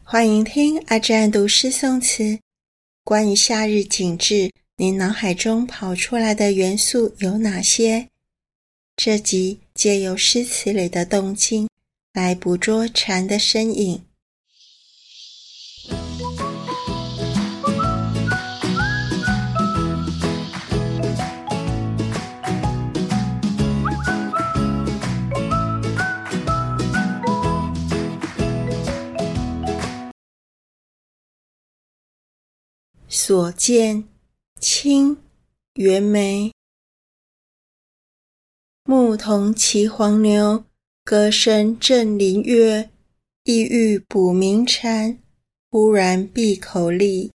欢迎听阿占读诗宋词。关于夏日景致，您脑海中跑出来的元素有哪些？这集借由诗词里的动静来捕捉禅的身影。所见，清，袁枚。牧童骑黄牛，歌声振林樾。意欲捕鸣蝉，忽然闭口立。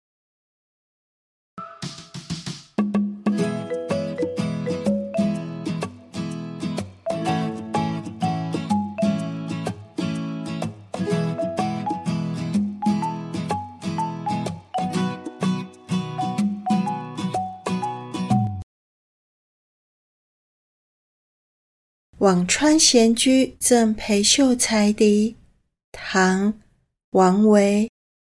辋川闲居赠裴秀才笛，唐·王维。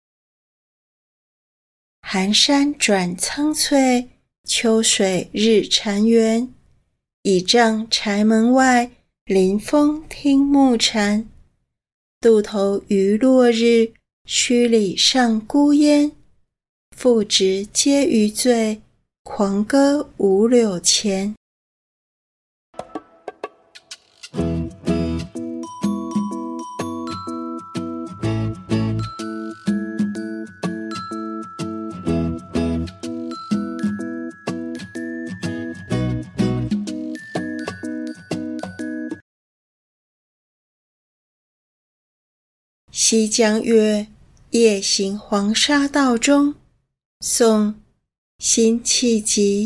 寒山转苍翠，秋水日潺湲。倚杖柴门外，临风听暮蝉。渡头余落日，墟里上孤烟。复值皆余醉，狂歌五柳前。西江月·夜行黄沙道中，宋·辛弃疾。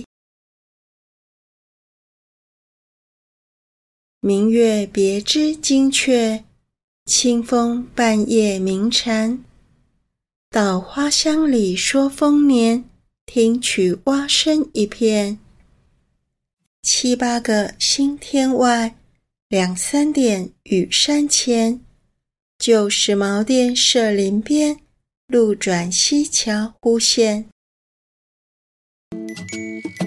明月别枝惊鹊，清风半夜鸣蝉。到花香里说丰年，听取蛙声一片。七八个星天外，两三点雨山前。旧时茅店社林边，路转溪桥忽见。